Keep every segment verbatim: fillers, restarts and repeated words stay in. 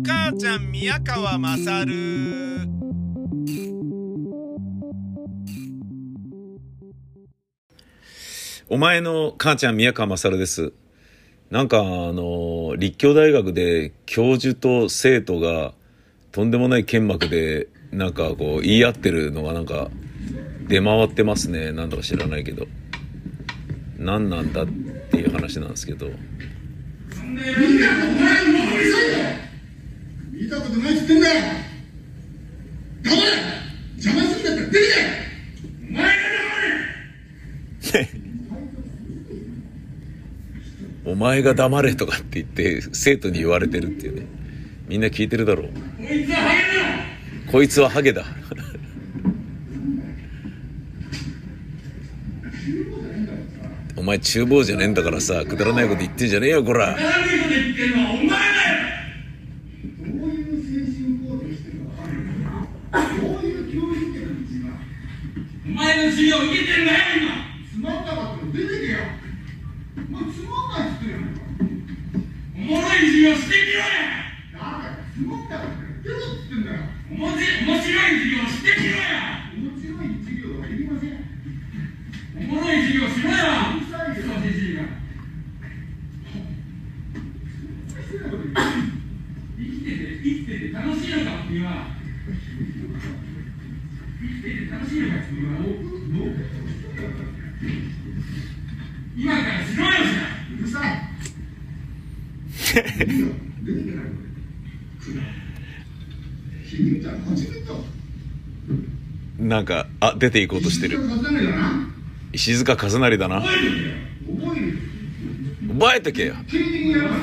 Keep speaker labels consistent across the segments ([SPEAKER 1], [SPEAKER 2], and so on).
[SPEAKER 1] 母ちゃん宮川まさる。
[SPEAKER 2] お前の母ちゃん宮川まさるです。なんかあの立教大学で教授と生徒がとんでもない剣幕でなんかこう言い合ってるのがなんか出回ってますね。なんだか知らないけど何なんだっていう話なんですけど、
[SPEAKER 3] 見たことないっつってんだよ。黙れ。邪魔するんだったら出てけ。お前が黙れ。
[SPEAKER 2] お前が黙れとかって言って生徒に言われてるっていうね。みんな聞いてるだろう。こいつはハゲだ。こいつはハゲだ。お前厨房じゃねえんだからさ、くだらないこと言ってんじゃねえよこら。
[SPEAKER 3] くだらないこと言ってるのはお前だよ。どういう精神構造してるのか分かるのか。どういう教育っての道が。お前の授業受けてんだよ今。つまんなかったら出てけよ。お前つまんないっつってるやんか。おもろい授業してみろよ。だからつまんなかったら出ろっつってんだよ。おもし面白い授業してみろよ。面白い授業はいりません。おもろい授業しろよ。うるさいよじじいが。生きてて生きてて楽しいのか君は。生きてて楽しいのか君は。今からしろよじゃ。うるさい。出てけないの。君みたいな初めてだ。
[SPEAKER 2] なんかあ出ていこうとしてる。石塚和成だな。覚えてけよ。
[SPEAKER 3] 絶対忘れんだよ。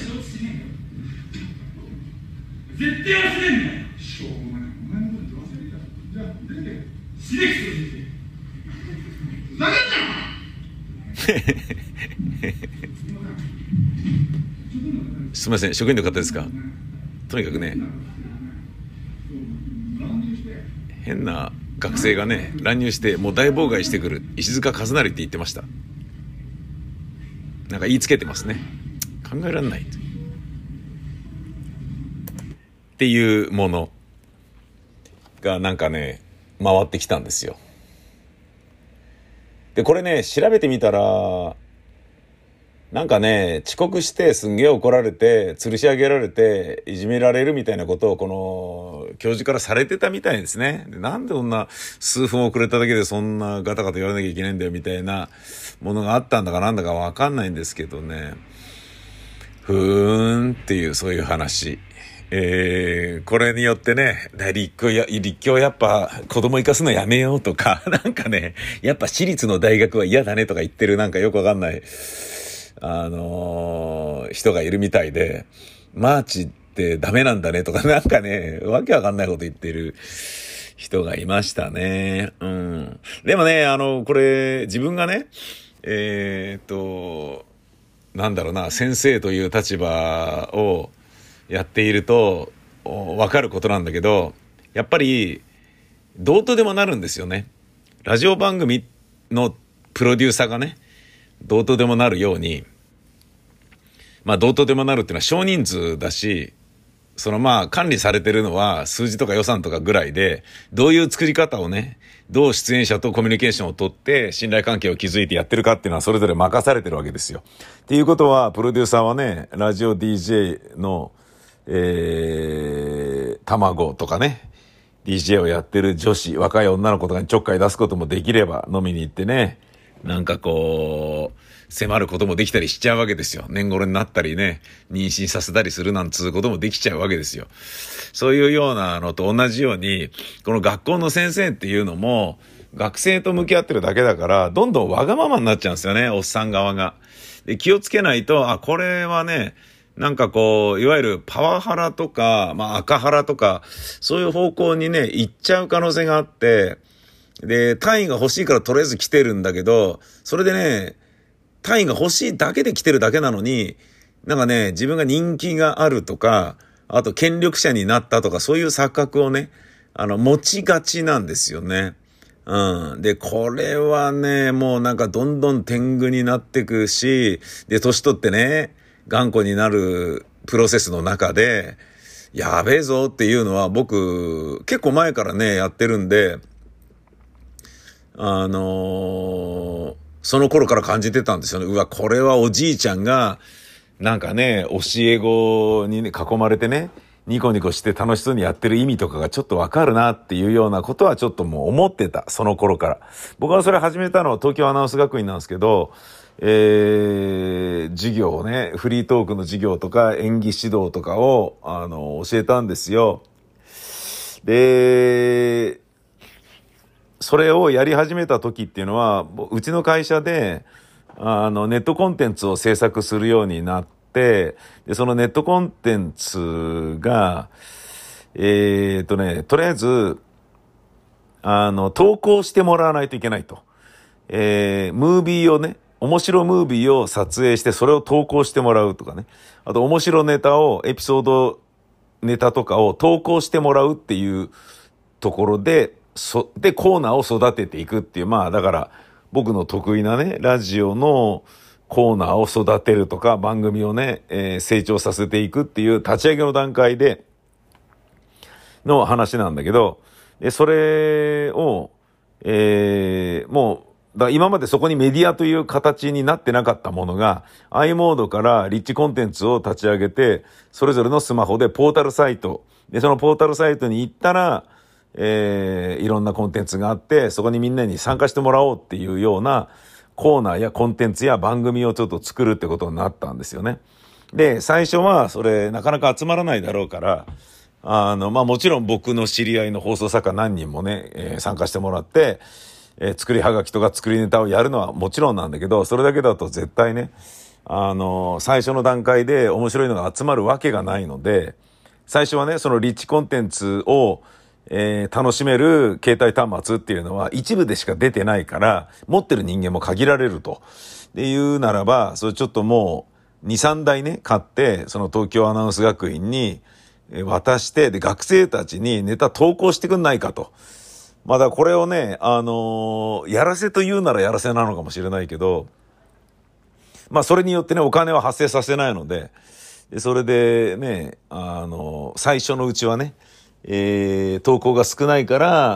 [SPEAKER 3] しょうもない。お前のこと忘れた。じゃあ出てけ。死ねくそ先生。ふざけんな。
[SPEAKER 2] すみません、職員の方ですか。とにかくね、変な学生がね乱入してもう大妨害してくる石塚和成って言ってました。なんか言いつけてますね。考えられないっていうものがなんかね回ってきたんですよ。でこれね調べてみたらなんかね遅刻してすんげえ怒られて吊るし上げられていじめられるみたいなことをこの教授からされてたみたいですね。でなんでそんな数分遅れただけでそんなガタガタ言わなきゃいけないんだよみたいなものがあったんだかなんだかわかんないんですけどね。ふーんっていうそういう話。えー、これによってね、立教や、立教やっぱ子供生かすのやめようとか、なんかね、やっぱ私立の大学は嫌だねとか言ってるなんかよくわかんない、あのー、人がいるみたいで、マーチってダメなんだねとか、なんかね、わけわかんないこと言ってる人がいましたね。うん。でもね、あの、これ、自分がね、えーっと、なんだろうな、先生という立場をやっているとわかることなんだけど、やっぱりどうとでもなるんですよね。ラジオ番組のプロデューサーがね、どうとでもなるように、まあどうとでもなるっていうのは少人数だし、そのまあ管理されてるのは数字とか予算とかぐらいで、どういう作り方をね、どう出演者とコミュニケーションをとって信頼関係を築いてやってるかっていうのはそれぞれ任されてるわけですよ。っていうことはプロデューサーはね、ラジオ ディージェー のえー、卵とかね ディージェー をやってる女子若い女の子とかにちょっかい出すこともできれば、飲みに行ってねなんかこう迫ることもできたりしちゃうわけですよ。年頃になったりね妊娠させたりするなんつうこともできちゃうわけですよ。そういうようなのと同じように、この学校の先生っていうのも学生と向き合ってるだけだからどんどんわがままになっちゃうんですよね、おっさん側が。で気をつけないと、あこれはねなんかこういわゆるパワハラとか、まあ赤ハラとかそういう方向にね行っちゃう可能性があって、で単位が欲しいからとりあえず来てるんだけど、それでね単位が欲しいだけで来てるだけなのに、なんかね自分が人気があるとか、あと権力者になったとか、そういう錯覚をねあの持ちがちなんですよね。うん。で、これはねもうなんかどんどん天狗になってくし、で年取ってね頑固になるプロセスの中で、 やべえぞっていうのは僕結構前からねやってるんで、あのー、その頃から感じてたんですよね。うわ、これはおじいちゃんがなんかね、教え子に、ね、囲まれてね、ニコニコして楽しそうにやってる意味とかがちょっとわかるなっていうようなことはちょっともう思ってた、その頃から。僕はそれ始めたのは東京アナウンス学院なんですけど、えー、授業をね、フリートークの授業とか演技指導とかを、あの、教えたんですよ。で、それをやり始めた時っていうのは、うちの会社で、あの、ネットコンテンツを制作するようになって、で、そのネットコンテンツが、えーっとね、とりあえず、あの、投稿してもらわないといけないと。えー、ムービーをね、面白ムービーを撮影して、それを投稿してもらうとかね。あと、面白ネタを、エピソードネタとかを投稿してもらうっていうところで、そ、で、コーナーを育てていくっていう、まあ、だから、僕の得意なね、ラジオのコーナーを育てるとか、番組をね、えー、成長させていくっていう立ち上げの段階での話なんだけど、でそれを、えー、もう、だ今までそこにメディアという形になってなかったものが、i モードからリッチコンテンツを立ち上げて、それぞれのスマホでポータルサイト、で、そのポータルサイトに行ったら、えー、いろんなコンテンツがあって、そこにみんなに参加してもらおうっていうようなコーナーやコンテンツや番組をちょっと作るってことになったんですよね。で、最初はそれなかなか集まらないだろうから、あの、まあ、もちろん僕の知り合いの放送作家何人もね、えー、参加してもらって、えー、作りはがきとか作りネタをやるのはもちろんなんだけど、それだけだと絶対ね、あの、最初の段階で面白いのが集まるわけがないので、最初はね、そのリッチコンテンツをえー、楽しめる携帯端末っていうのは一部でしか出てないから、持ってる人間も限られると。で言うならば、それちょっともうに、さんだいね、買って、その東京アナウンス学院に渡して、で、学生たちにネタ投稿してくんないかと。まあだこれをね、あのー、やらせと言うならやらせなのかもしれないけど、まあそれによってね、お金は発生させないので、でそれでね、あのー、最初のうちはね、えー、投稿が少ないから、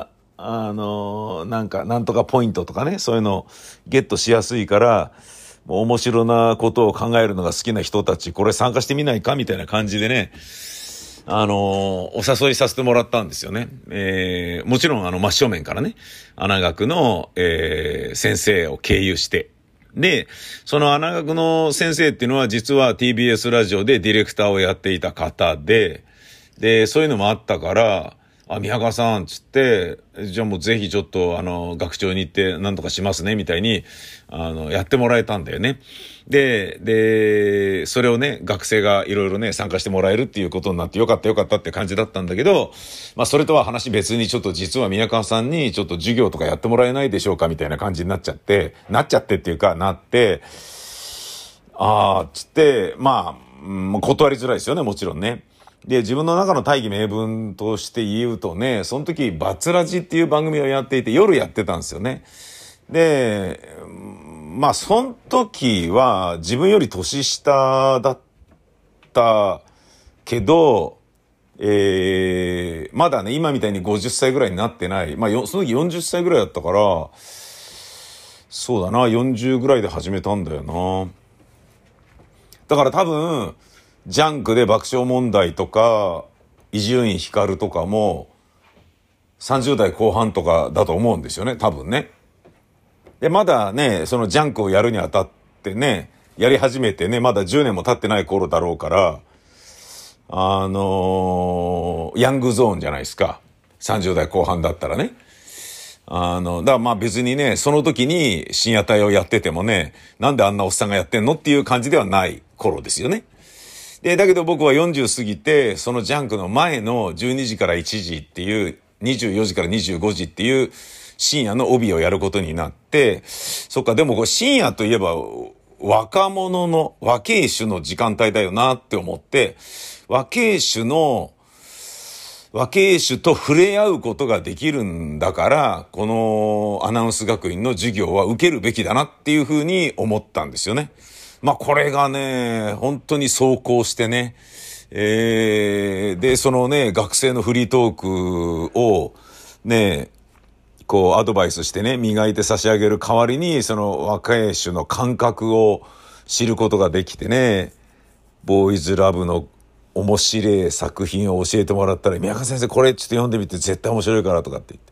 [SPEAKER 2] あのー、なんか、なんとかポイントとかね、そういうのをゲットしやすいから、もう面白なことを考えるのが好きな人たち、これ参加してみないかみたいな感じでね、あのー、お誘いさせてもらったんですよね。えー、もちろんあの、真正面からね、アナ学の、えー、先生を経由して、で、そのアナ学の先生っていうのは実は ティービーエス ラジオでディレクターをやっていた方で、で、そういうのもあったから、あ、宮川さん、つって、じゃあもうぜひちょっと、あの、学長に行って何とかしますね、みたいに、あの、やってもらえたんだよね。で、で、それをね、学生がいろいろね、参加してもらえるっていうことになってよかったよかったって感じだったんだけど、まあ、それとは話別にちょっと実は宮川さんにちょっと授業とかやってもらえないでしょうか、みたいな感じになっちゃって、なっちゃってっていうか、なって、あー、つって、まあ、うん、断りづらいですよね、もちろんね。で、自分の中の大義名分として言うとね、その時、バツラジっていう番組をやっていて、夜やってたんですよね。で、まあ、その時は自分より年下だったけど、えー、まだね、今みたいにごじゅっさいぐらいになってない。まあ、その時よんじゅっさいぐらいだったから、そうだな、よんじゅうぐらいで始めたんだよな。だから多分、ジャンクで爆笑問題とか伊集院光とかもさんじゅう代後半とかだと思うんですよね、多分ね。でまだね、そのジャンクをやるにあたってね、やり始めてね、まだじゅうねんも経ってない頃だろうから、あのー、ヤングゾーンじゃないですか、さんじゅう代後半だったらね。あのだからまあ別にね、その時に深夜帯をやっててもね、なんであんなおっさんがやってんのっていう感じではない頃ですよね。で、だけど僕はよんじゅう過ぎて、そのジャンクの前のじゅうにじからいちじっていう、にじゅうよじからにじゅうごじっていう深夜の帯をやることになって、そっか、でもこれ深夜といえば若者の和慶種の時間帯だよなって思って、和慶種の和慶種と触れ合うことができるんだから、このアナウンス学院の授業は受けるべきだなっていうふうに思ったんですよね。まあこれがね、本当に走行してね、 えー、で、そのね、学生のフリートークを、ね、こうアドバイスしてね、磨いて差し上げる代わりに、その若い種の感覚を知ることができてね、ボーイズラブの面白い作品を教えてもらったら、宮川先生これちょっと読んでみて絶対面白いからとかって言って、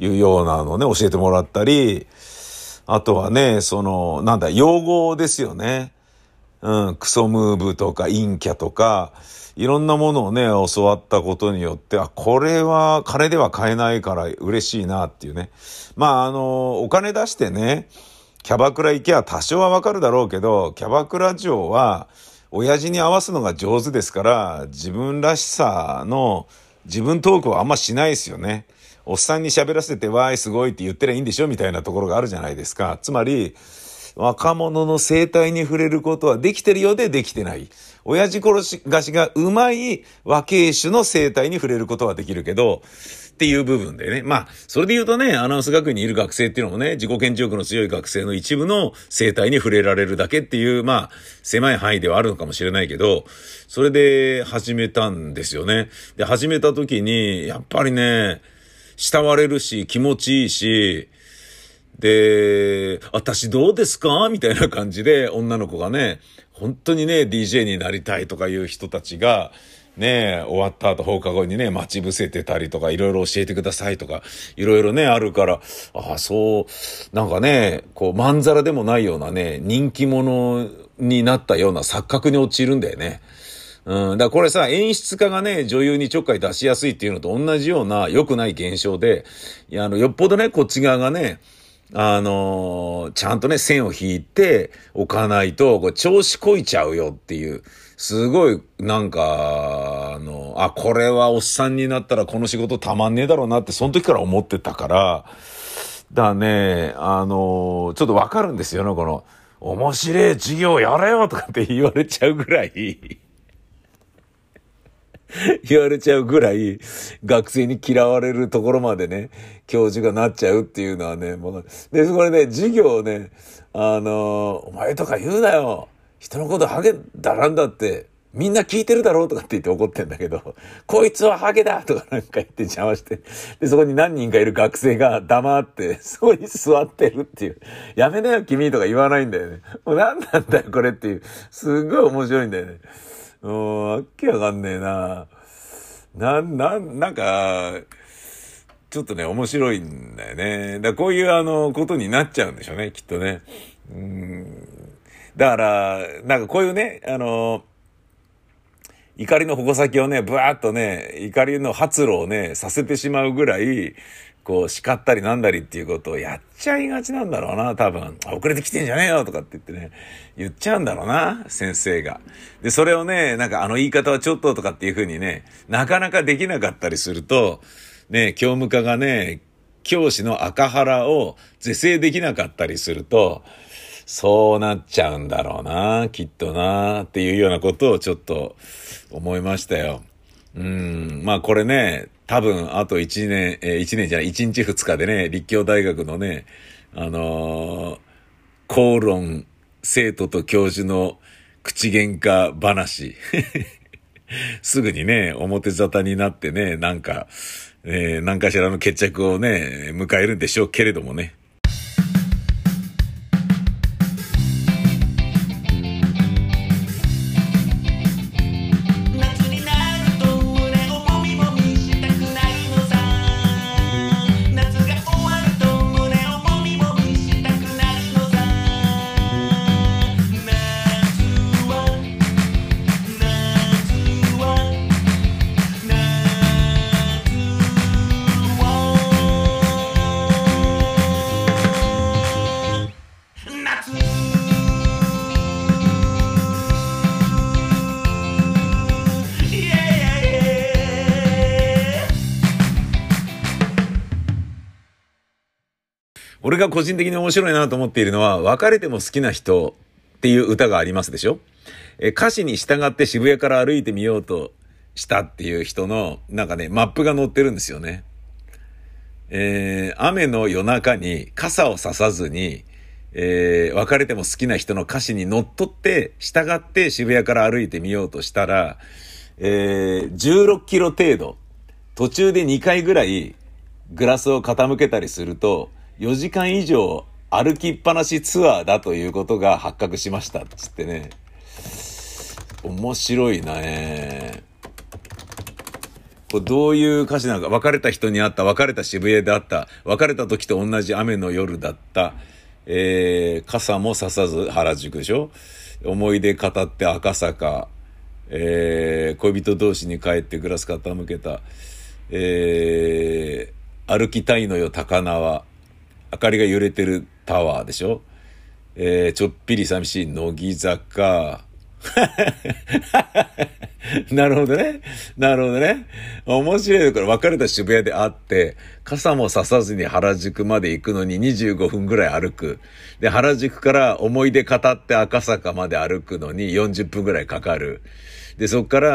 [SPEAKER 2] いうようなのをね、教えてもらったり、あとはね、その、なんだ、用語ですよね。うん、クソムーブとか陰キャとか、いろんなものをね、教わったことによって、あ、これは金では買えないから嬉しいなっていうね。まあ、あの、お金出してね、キャバクラ行けば多少はわかるだろうけど、キャバクラ嬢は、親父に合わすのが上手ですから、自分らしさの、自分トークはあんましないですよね。おっさんに喋らせて、わーいすごいって言ってりゃいいんでしょみたいなところがあるじゃないですか。つまり、若者の生態に触れることはできてるようでできてない。親父殺しがしがうまい和系種の生態に触れることはできるけど、っていう部分でね。まあ、それで言うとね、アナウンス学院にいる学生っていうのもね、自己顕示欲の強い学生の一部の生態に触れられるだけっていう、まあ、狭い範囲ではあるのかもしれないけど、それで始めたんですよね。で、始めた時に、やっぱりね、慕われるし、気持ちいいし、で、私どうですかみたいな感じで女の子がね、本当にね、ディージェー になりたいとかいう人たちが、ね、終わった後放課後にね、待ち伏せてたりとか、いろいろ教えてくださいとか、いろいろね、あるから、ああ、そう、なんかね、こう、まんざらでもないようなね、人気者になったような錯覚に陥るんだよね。うん、だからこれさ、演出家がね、女優にちょっかい出しやすいっていうのと同じような良くない現象で、いや、あの、よっぽどね、こっち側がね、あのー、ちゃんとね、線を引いておかないと、これ調子こいちゃうよっていう、すごい、なんか、あの、あ、これはおっさんになったらこの仕事たまんねえだろうなって、その時から思ってたから、だね、あのー、ちょっとわかるんですよね、この、面白い授業やれよとかって言われちゃうぐらい、言われちゃうぐらい学生に嫌われるところまでね、教授がなっちゃうっていうのはね、もう、で、これね、授業をね、あの、お前とか言うなよ。人のことハゲだなんだって、みんな聞いてるだろうとかって言って怒ってんだけど、こいつはハゲだとかなんか言って邪魔して、で、そこに何人かいる学生が黙って、そこに座ってるっていう、やめなよ君とか言わないんだよね。もう何なんだよこれっていう、すごい面白いんだよね。もう、わけわかんねえな。な、な、なんか、ちょっとね、面白いんだよね。だからこういうあの、ことになっちゃうんでしょうね、きっとね。うん。だから、なんかこういうね、あの、怒りの矛先をね、ブワーッとね、怒りの発露をね、させてしまうぐらい、こう叱ったりなんだりっていうことをやっちゃいがちなんだろうな、多分。遅れてきてんじゃねえよとかって言ってね、言っちゃうんだろうな、先生が。で、それをね、なんかあの言い方はちょっととかっていう風にね、なかなかできなかったりすると、ね、教務課がね、教師の赤腹を是正できなかったりすると、そうなっちゃうんだろうな、きっとな、っていうようなことをちょっと思いましたよ。うん、まあこれね、多分あと一年、えー、一年じゃない、一日二日でね、立教大学のね、あのー、口論、生徒と教授の口喧嘩話。すぐにね、表沙汰になってね、なんか、えー、何かしらの決着をね、迎えるんでしょうけれどもね。俺が個人的に面白いなと思っているのは、別れても好きな人っていう歌がありますでしょ？え、歌詞に従って渋谷から歩いてみようとしたっていう人の、なんかね、マップが載ってるんですよね。えー、雨の夜中に傘をささずに、 えー、別れても好きな人の歌詞にのっとって従って渋谷から歩いてみようとしたら、えー、じゅうろっキロ程度途中でにかいぐらいグラスを傾けたりするとよじかん以上歩きっぱなしツアーだということが発覚しましたっつってね。面白いね。これどういう歌詞なのか。別れた人に会った、別れた渋谷であった、別れた時と同じ雨の夜だった、えー、傘もささず原宿でしょ。思い出語って赤坂、えー、恋人同士に帰ってグラス傾けた、えー、歩きたいのよ高輪、明かりが揺れてるタワーでしょ。えー、ちょっぴり寂しい乃木坂なるほどね。なるほどね。面白いよ。これ別れた渋谷で会って、傘もささずに原宿まで行くのににじゅうごふんぐらい歩く。で、原宿から思い出語って赤坂まで歩くのによんじゅっぷんぐらいかかる。で、そっから、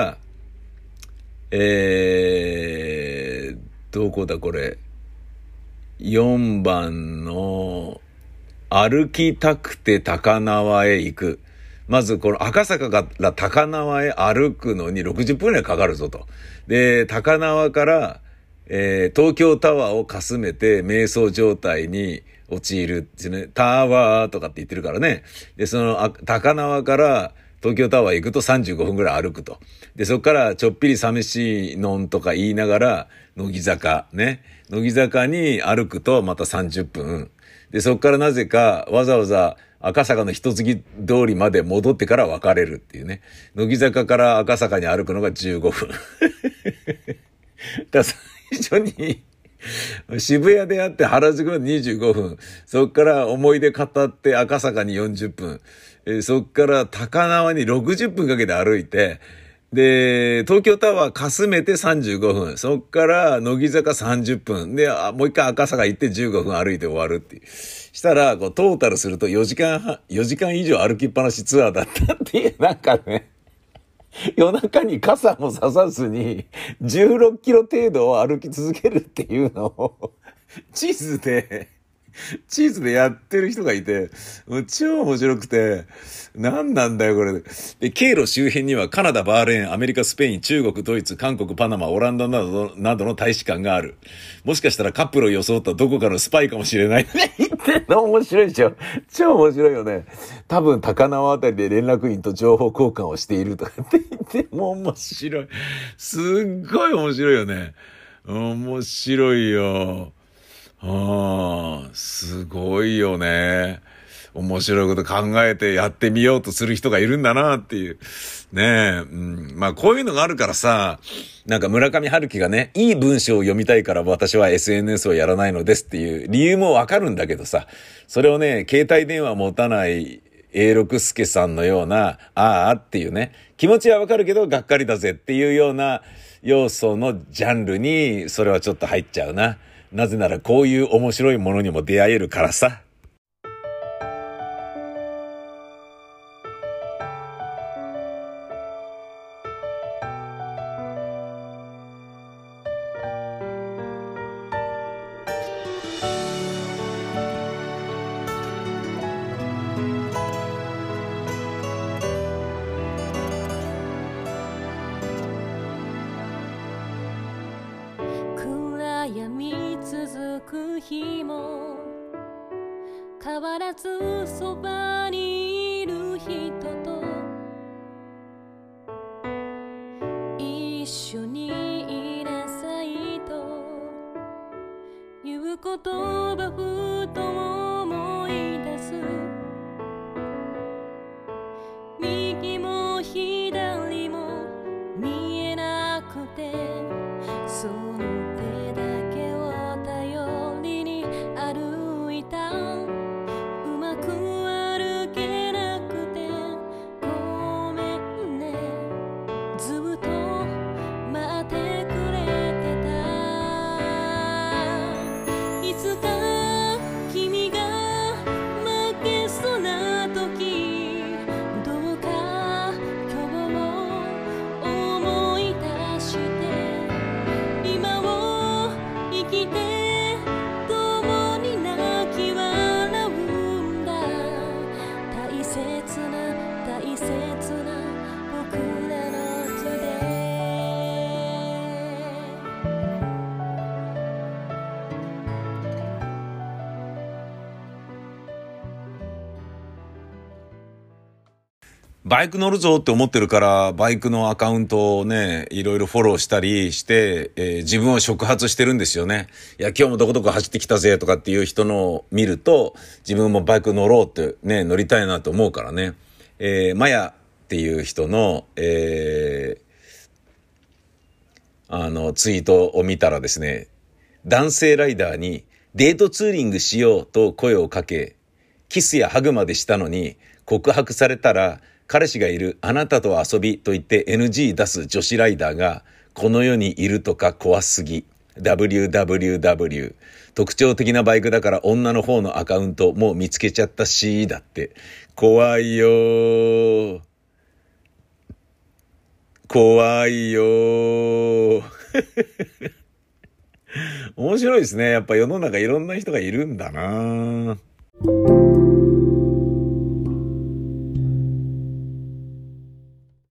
[SPEAKER 2] えー、どこだこれ。よんばんの、歩きたくて高輪へ行く。まずこの赤坂から高輪へ歩くのにろくじゅっぷんぐらいかかるぞと。で、高輪から、えー、東京タワーをかすめて瞑想状態に陥るってね。タワーとかって言ってるからね。で、その高輪から東京タワー行くとさんじゅうごふんぐらい歩くと。で、そこからちょっぴり寂しいのんとか言いながら、乃木坂ね。乃木坂に歩くとまたさんじゅっぷん。で、そこからなぜかわざわざ赤坂の一月通りまで戻ってから別れるっていうね。乃木坂から赤坂に歩くのがじゅうごふん。だ最初に渋谷であって原宿までにじゅうごふん。そこから思い出語って赤坂によんじゅっぷん。えー、そこから高輪にろくじゅっぷんかけて歩いて、で、東京タワーかすめてさんじゅうごふん。そっから乃木坂さんじゅっぷん。で、あもう一回赤坂行ってじゅうごふん歩いて終わるっていう。したら、こう、トータルするとよじかんはん、よじかん以上歩きっぱなしツアーだったっていう、なんかね、夜中に傘もささずにじゅうろっキロ程度を歩き続けるっていうのを、地図で、地図でやってる人がいて、もう超面白くて、何なんだよこれ。で、経路周辺にはカナダ、バーレーン、アメリカ、スペイン、中国、ドイツ、韓国、パナマ、オランダなどなどの大使館がある。もしかしたらカップルを装ったどこかのスパイかもしれない。言ってんの面白いでしょ。超面白いよね。多分高輪あたりで連絡員と情報交換をしているとかって言って、もう面白い。すっごい面白いよね。面白いよ。ああ、すごいよね。面白いこと考えてやってみようとする人がいるんだなっていう。ねえ、うん。まあこういうのがあるからさ、なんか村上春樹がね、いい文章を読みたいから私は エスエヌエス をやらないのですっていう理由もわかるんだけどさ、それをね、携帯電話持たない永六輔さんのような、ああっていうね、気持ちはわかるけどがっかりだぜっていうような要素のジャンルにそれはちょっと入っちゃうな。なぜならこういう面白いものにも出会えるからさ。
[SPEAKER 4] 闇続く日も変わらずそばにいる人と一緒にいなさいという言葉ふと思い出す。右も左も見えなくてその手だけを頼りに歩いた。うまく歩けなくてごめんね。ずっと待ってくれてた。いつか君
[SPEAKER 2] バイク乗るぞって思ってるから、バイクのアカウントをね、いろいろフォローしたりして、えー、自分を触発してるんですよね。いや、今日もどこどこ走ってきたぜとかっていう人のを見ると、自分もバイク乗ろうってね、乗りたいなと思うからね。えー、マヤっていう人の、えー、あの、ツイートを見たらですね、男性ライダーにデートツーリングしようと声をかけ、キスやハグまでしたのに告白されたら、彼氏がいるあなたと遊びと言って エヌジー 出す女子ライダーがこの世にいるとか怖すぎ。ダブリューダブリューダブリュー 特徴的なバイクだから女の方のアカウントもう見つけちゃったし、だって。怖いよー。怖いよー。面白いですね。やっぱ世の中いろんな人がいるんだな。